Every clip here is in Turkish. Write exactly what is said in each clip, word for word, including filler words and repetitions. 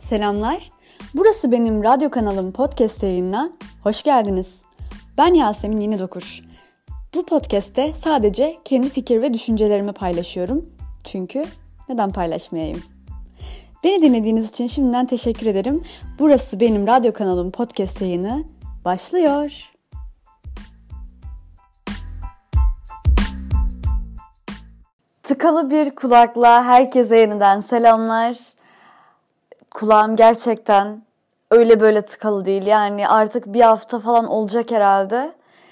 Selamlar. Burası benim radyo kanalım podcast yayınına hoş geldiniz. Ben Yasemin Yenidokur. Bu podcast'te sadece kendi fikir ve düşüncelerimi paylaşıyorum. Çünkü neden paylaşmayayım? Beni dinlediğiniz için şimdiden teşekkür ederim. Burası benim radyo kanalım podcast yayını başlıyor. Tıkalı bir kulakla herkese yeniden selamlar. Kulağım gerçekten öyle böyle tıkalı değil. Yani artık bir hafta falan olacak herhalde.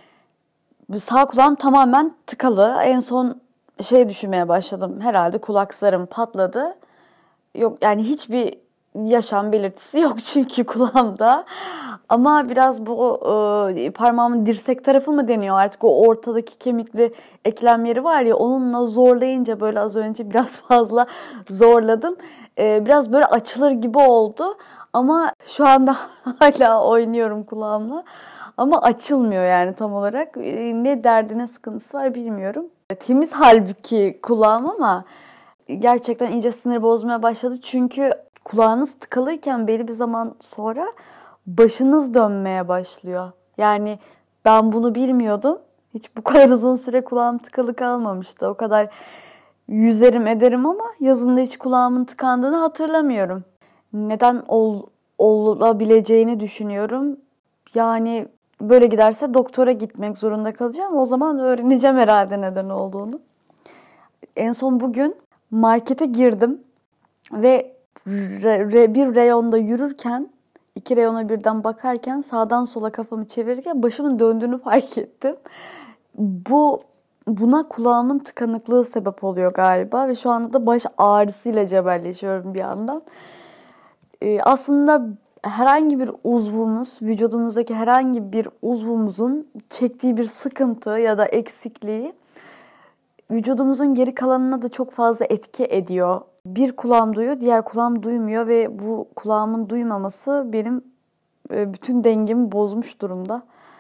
Sağ kulağım tamamen tıkalı. En son şey düşünmeye başladım. Herhalde kulak zarım patladı. Yok yani hiçbir yaşam belirtisi yok çünkü kulağımda. Ama biraz bu e, parmağımın dirsek tarafı mı deniyor artık, o ortadaki kemikli eklem yeri var ya, onunla zorlayınca böyle az önce biraz fazla zorladım. E, biraz böyle açılır gibi oldu ama şu anda hala oynuyorum kulağımla. Ama açılmıyor yani tam olarak. E, ne derdi ne sıkıntısı var bilmiyorum. Temiz halbuki kulağım ama gerçekten iyice sinir bozmaya başladı. Çünkü kulağınız tıkalıyken belli bir zaman sonra başınız dönmeye başlıyor. Yani ben bunu bilmiyordum. Hiç bu kadar uzun süre kulağım tıkalı kalmamıştı. O kadar yüzerim ederim ama yazında hiç kulağımın tıkandığını hatırlamıyorum. Neden ol, olabileceğini düşünüyorum. Yani böyle giderse doktora gitmek zorunda kalacağım. O zaman öğreneceğim herhalde neden olduğunu. En son bugün markete girdim ve re, re, bir reyonda yürürken, iki reyona birden bakarken sağdan sola kafamı çevirirken başımın döndüğünü fark ettim. Bu buna kulağımın tıkanıklığı sebep oluyor galiba ve şu anda da baş ağrısıyla cebelleşiyorum bir yandan. Ee, aslında herhangi bir uzvumuz, vücudumuzdaki herhangi bir uzvumuzun çektiği bir sıkıntı ya da eksikliği vücudumuzun geri kalanına da çok fazla etki ediyor. Bir kulağım duyuyor, diğer kulağım duymuyor ve bu kulağımın duymaması benim bütün dengemi bozmuş durumda.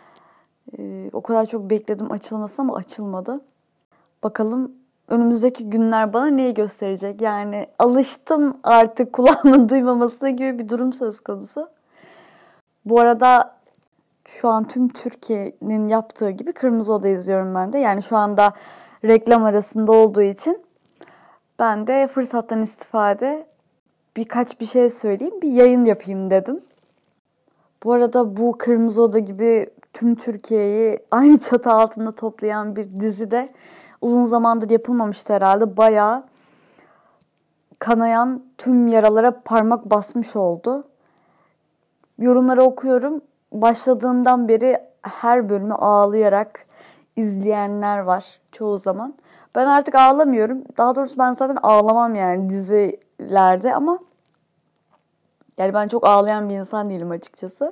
O kadar çok bekledim açılmasını ama açılmadı. Bakalım önümüzdeki günler bana neyi gösterecek? Yani alıştım artık kulağımın duymamasına gibi bir durum söz konusu. Bu arada şu an tüm Türkiye'nin yaptığı gibi Kırmızı Oda izliyorum ben de. Yani şu anda reklam arasında olduğu için ben de fırsattan istifade birkaç bir şey söyleyeyim, bir yayın yapayım dedim. Bu arada bu Kırmızı Oda gibi tüm Türkiye'yi aynı çatı altında toplayan bir dizi de uzun zamandır yapılmamıştı herhalde. Bayağı kanayan tüm yaralara parmak basmış oldu. Yorumları okuyorum. Başladığından beri her bölümü ağlayarak izleyenler var çoğu zaman. Ben artık ağlamıyorum. Daha doğrusu ben zaten ağlamam yani dizilerde ama yani ben çok ağlayan bir insan değilim açıkçası.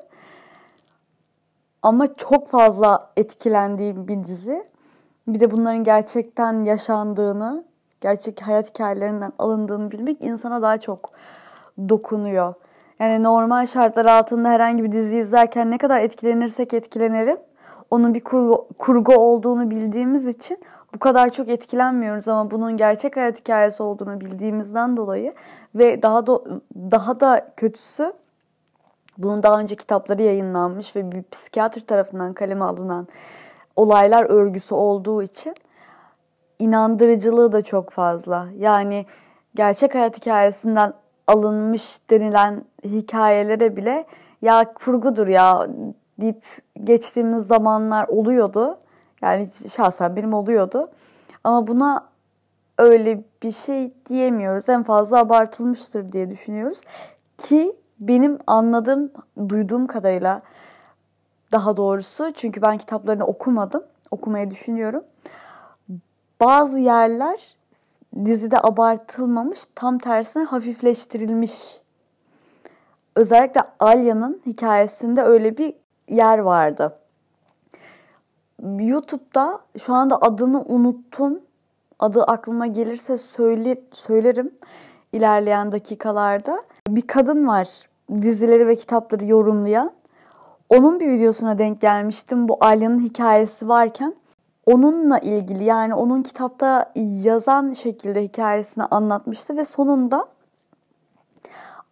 Ama çok fazla etkilendiğim bir dizi. Bir de bunların gerçekten yaşandığını, gerçek hayat hikayelerinden alındığını bilmek insana daha çok dokunuyor. Yani normal şartlar altında herhangi bir dizi izlerken ne kadar etkilenirsek etkilenelim, onun bir kurgu, kurgu olduğunu bildiğimiz için bu kadar çok etkilenmiyoruz ama bunun gerçek hayat hikayesi olduğunu bildiğimizden dolayı ve daha da daha da kötüsü, bunun daha önce kitapları yayınlanmış ve bir psikiyatr tarafından kaleme alınan olaylar örgüsü olduğu için inandırıcılığı da çok fazla. Yani gerçek hayat hikayesinden alınmış denilen hikayelere bile ya kurgudur ya deyip geçtiğimiz zamanlar oluyordu. Yani şahsen benim oluyordu. Ama buna öyle bir şey diyemiyoruz. En fazla abartılmıştır diye düşünüyoruz. Ki benim anladığım, duyduğum kadarıyla, daha doğrusu çünkü ben kitaplarını okumadım. Okumayı düşünüyorum. Bazı yerler dizide abartılmamış, tam tersine hafifleştirilmiş. Özellikle Alya'nın hikayesinde öyle bir yer vardı. YouTube'da şu anda adını unuttum. Adı aklıma gelirse söyle, söylerim ilerleyen dakikalarda. Bir kadın var dizileri ve kitapları yorumlayan. Onun bir videosuna denk gelmiştim bu Alya'nın hikayesi varken. Onunla ilgili, yani onun kitapta yazan şekilde hikayesini anlatmıştı ve sonunda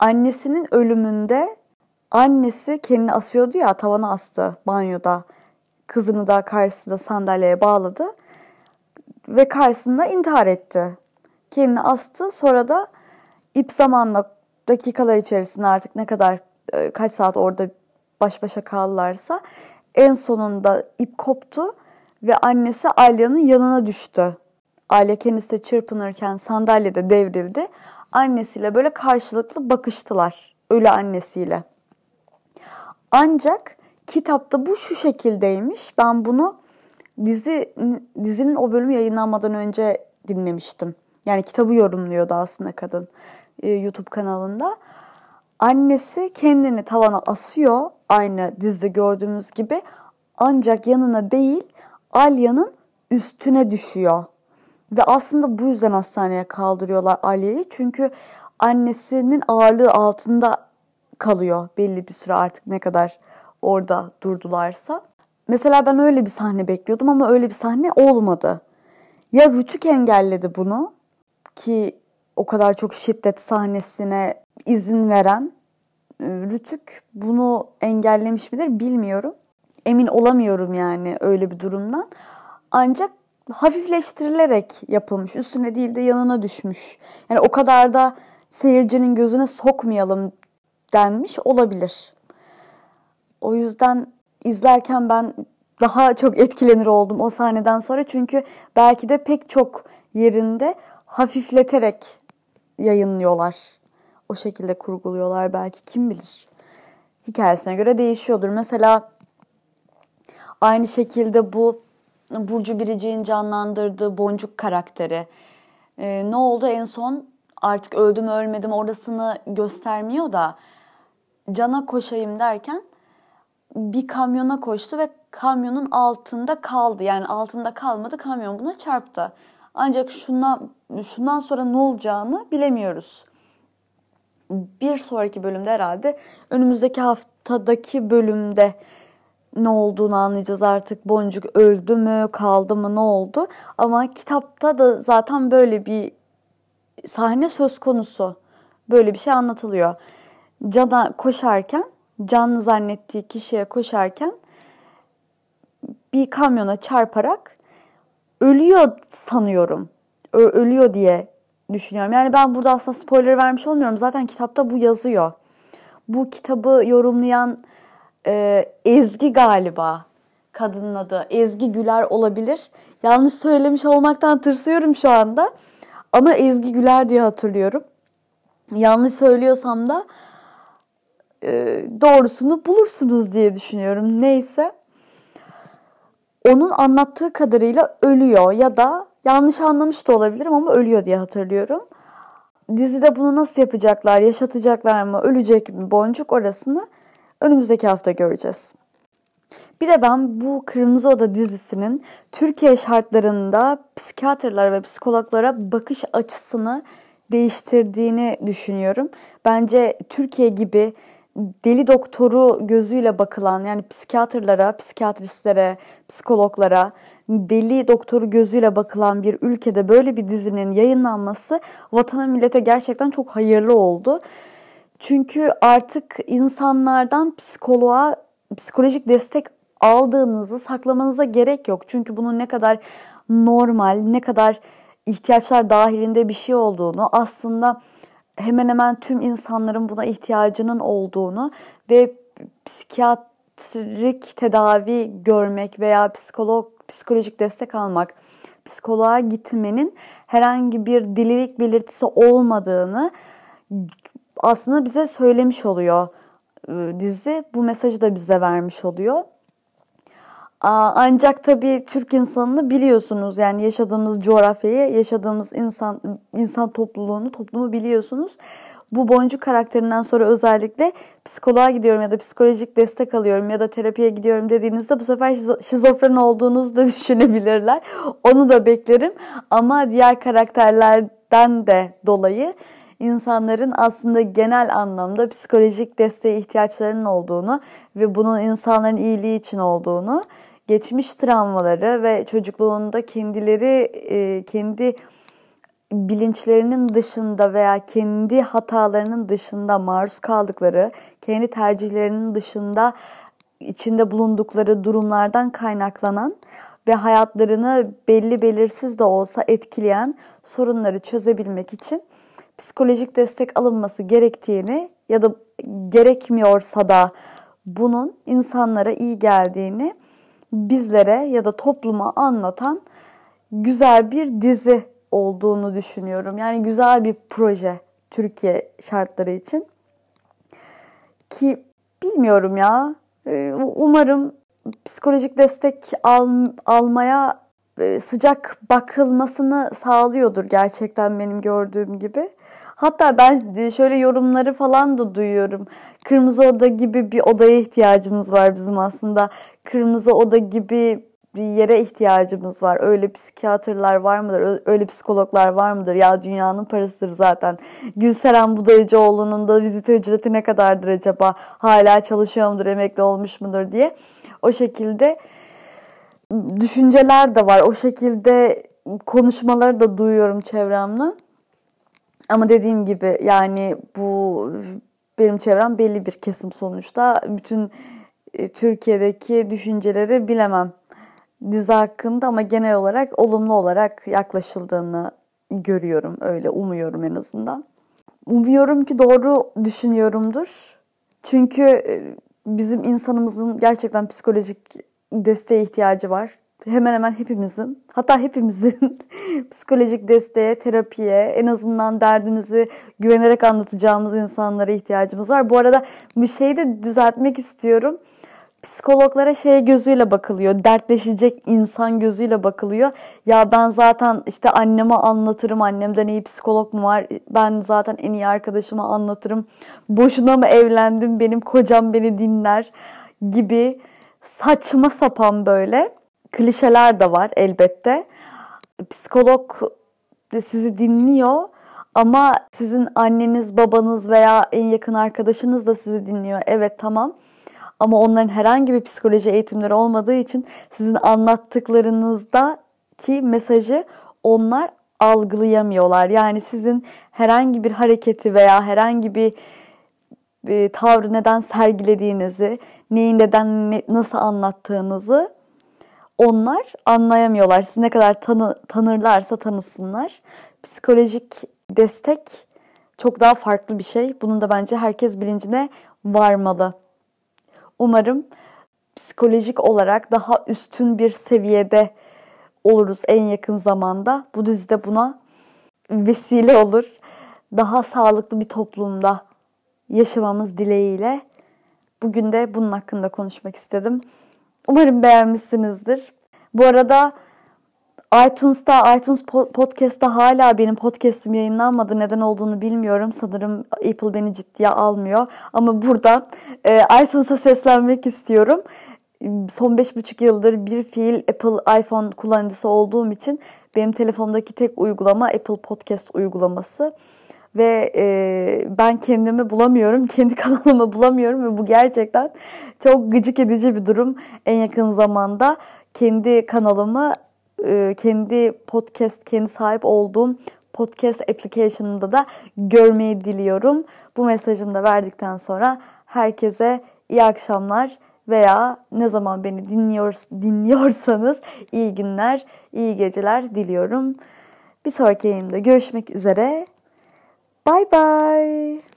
Annesinin ölümünde annesi kendini asıyordu ya, tavana astı banyoda. Kızını da karşısında sandalyeye bağladı ve karşısında intihar etti. Kendini astı, sonra da ip zamanla dakikalar içerisinde artık ne kadar kaç saat orada baş başa kaldılarsa en sonunda ip koptu ve annesi Alya'nın yanına düştü. Alya kendisi de çırpınırken sandalyede devrildi. Annesiyle böyle karşılıklı bakıştılar. Ölü annesiyle. Ancak kitapta bu şu şekildeymiş. Ben bunu dizi dizinin o bölümü yayınlanmadan önce dinlemiştim. Yani kitabı yorumluyordu aslında kadın YouTube kanalında. Annesi kendini tavana asıyor, aynı dizide gördüğümüz gibi. Ancak yanına değil, Alya'nın üstüne düşüyor. Ve aslında bu yüzden hastaneye kaldırıyorlar Alya'yı. Çünkü annesinin ağırlığı altında kalıyor belli bir süre, artık ne kadar orada durdularsa. Mesela ben öyle bir sahne bekliyordum ama öyle bir sahne olmadı. Ya Rütük engelledi bunu, ki o kadar çok şiddet sahnesine izin veren Rütük bunu engellemiş midir bilmiyorum. Emin olamıyorum yani öyle bir durumdan. Ancak hafifleştirilerek yapılmış. Üstüne değil de yanına düşmüş. Yani o kadar da seyircinin gözüne sokmayalım denmiş olabilir. O yüzden izlerken ben daha çok etkilenir oldum o sahneden sonra. Çünkü belki de pek çok yerinde hafifleterek yayınlıyorlar. O şekilde kurguluyorlar belki, kim bilir. Hikayesine göre değişiyordur. Mesela aynı şekilde bu Burcu Biricik'in canlandırdığı Boncuk karakteri. Ee, ne oldu en son? Artık öldüm ölmedim orasını göstermiyor da cana koşayım derken bir kamyona koştu ve kamyonun altında kaldı. Yani altında kalmadı, kamyon buna çarptı. Ancak şundan, şundan sonra ne olacağını bilemiyoruz. Bir sonraki bölümde herhalde, önümüzdeki haftadaki bölümde ne olduğunu anlayacağız artık. Boncuk öldü mü, kaldı mı, ne oldu? Ama kitapta da zaten böyle bir sahne söz konusu. Böyle bir şey anlatılıyor. Can'a koşarken, canlı zannettiği kişiye koşarken bir kamyona çarparak ölüyor sanıyorum. Ö- ölüyor diye düşünüyorum. Yani ben burada aslında spoiler vermiş olmuyorum. Zaten kitapta bu yazıyor. Bu kitabı yorumlayan e, Ezgi galiba. Kadının adı Ezgi Güler olabilir. Yanlış söylemiş olmaktan tırsıyorum şu anda. Ama Ezgi Güler diye hatırlıyorum. Yanlış söylüyorsam da e, doğrusunu bulursunuz diye düşünüyorum. Neyse. Onun anlattığı kadarıyla ölüyor ya da yanlış anlamış da olabilirim ama ölüyor diye hatırlıyorum. Dizide bunu nasıl yapacaklar, yaşatacaklar mı, ölecek mi Boncuk, orasını önümüzdeki hafta göreceğiz. Bir de ben bu Kırmızı Oda dizisinin Türkiye şartlarında psikiyatrlara ve psikologlara bakış açısını değiştirdiğini düşünüyorum. Bence Türkiye gibi deli doktoru gözüyle bakılan, yani psikiyatrlara, psikiyatristlere, psikologlara deli doktoru gözüyle bakılan bir ülkede böyle bir dizinin yayınlanması vatana millete gerçekten çok hayırlı oldu. Çünkü artık insanlardan psikoloğa, psikolojik destek aldığınızı saklamanıza gerek yok. Çünkü bunun ne kadar normal, ne kadar ihtiyaçlar dahilinde bir şey olduğunu, aslında hemen hemen tüm insanların buna ihtiyacının olduğunu ve psikiyatrik tedavi görmek veya psikolog psikolojik destek almak, psikoloğa gitmenin herhangi bir delilik belirtisi olmadığını aslında bize söylemiş oluyor dizi. Bu mesajı da bize vermiş oluyor. Ancak tabii Türk insanını biliyorsunuz, yani yaşadığımız coğrafyayı, yaşadığımız insan insan topluluğunu, toplumu biliyorsunuz. Bu Boncuk karakterinden sonra özellikle psikoloğa gidiyorum ya da psikolojik destek alıyorum ya da terapiye gidiyorum dediğinizde bu sefer şizofren olduğunuzu da düşünebilirler. Onu da beklerim ama diğer karakterlerden de dolayı insanların aslında genel anlamda psikolojik desteğe ihtiyaçlarının olduğunu ve bunun insanların iyiliği için olduğunu, geçmiş travmaları ve çocukluğunda kendileri kendi bilinçlerinin dışında veya kendi hatalarının dışında maruz kaldıkları, kendi tercihlerinin dışında içinde bulundukları durumlardan kaynaklanan ve hayatlarını belli belirsiz de olsa etkileyen sorunları çözebilmek için psikolojik destek alınması gerektiğini ya da gerekmiyorsa da bunun insanlara iyi geldiğini bizlere ya da topluma anlatan güzel bir dizi olduğunu düşünüyorum. Yani güzel bir proje Türkiye şartları için. Ki bilmiyorum ya. Umarım psikolojik destek al, almaya sıcak bakılmasını sağlıyordur gerçekten benim gördüğüm gibi. Hatta ben şöyle yorumları falan da duyuyorum. Kırmızı oda gibi bir odaya ihtiyacımız var bizim aslında. Kırmızı oda gibi bir yere ihtiyacımız var. Öyle psikiyatrlar var mıdır? Öyle psikologlar var mıdır? Ya dünyanın parasıdır zaten. Gülseren Budayıcıoğlu'nun da vizite ücreti ne kadardır acaba? Hala çalışıyor mudur? Emekli olmuş mudur diye. O şekilde düşünceler de var. O şekilde konuşmaları da duyuyorum çevremden. Ama dediğim gibi yani bu benim çevrem belli bir kesim sonuçta. Bütün Türkiye'deki düşünceleri bilemem dizi hakkında ama genel olarak olumlu olarak yaklaşıldığını görüyorum. Öyle umuyorum en azından. Umuyorum ki doğru düşünüyorumdur. Çünkü bizim insanımızın gerçekten psikolojik desteğe ihtiyacı var. Hemen hemen hepimizin, hatta hepimizin psikolojik desteğe, terapiye, en azından derdimizi güvenerek anlatacağımız insanlara ihtiyacımız var. Bu arada bir şeyi de düzeltmek istiyorum. Psikologlara şey gözüyle bakılıyor, dertleşecek insan gözüyle bakılıyor. Ya ben zaten işte anneme anlatırım, annemden iyi psikolog mu var? Ben zaten en iyi arkadaşıma anlatırım. Boşuna mı evlendim, benim kocam beni dinler gibi saçma sapan böyle klişeler de var elbette. Psikolog sizi dinliyor ama sizin anneniz, babanız veya en yakın arkadaşınız da sizi dinliyor. Evet, tamam. Ama onların herhangi bir psikoloji eğitimleri olmadığı için sizin anlattıklarınızdaki mesajı onlar algılayamıyorlar. Yani sizin herhangi bir hareketi veya herhangi bir, bir tavrı neden sergilediğinizi, neyi neden ne, nasıl anlattığınızı onlar anlayamıyorlar. Siz ne kadar tanı, tanırlarsa tanısınlar. Psikolojik destek çok daha farklı bir şey. Bunun da bence herkes bilincine varmalı. Umarım psikolojik olarak daha üstün bir seviyede oluruz en yakın zamanda. Bu dizide buna vesile olur. Daha sağlıklı bir toplumda yaşamamız dileğiyle. Bugün de bunun hakkında konuşmak istedim. Umarım beğenmişsinizdir. Bu arada iTunes'ta, iTunes Podcast'ta hala benim podcast'im yayınlanmadı. Neden olduğunu bilmiyorum. Sanırım Apple beni ciddiye almıyor. Ama burada e, iTunes'a seslenmek istiyorum. Son beş buçuk yıldır bir fiil Apple iPhone kullanıcısı olduğum için benim telefonumdaki tek uygulama Apple Podcast uygulaması. Ve e, ben kendimi bulamıyorum, kendi kanalımı bulamıyorum ve bu gerçekten çok gıcık edici bir durum. En yakın zamanda kendi kanalımı, e, kendi podcast, kendi sahip olduğum podcast application'ında da görmeyi diliyorum. Bu mesajımı da verdikten sonra herkese iyi akşamlar veya ne zaman beni dinliyor, dinliyorsanız iyi günler, iyi geceler diliyorum. Bir sonraki yayında görüşmek üzere. Bye bye.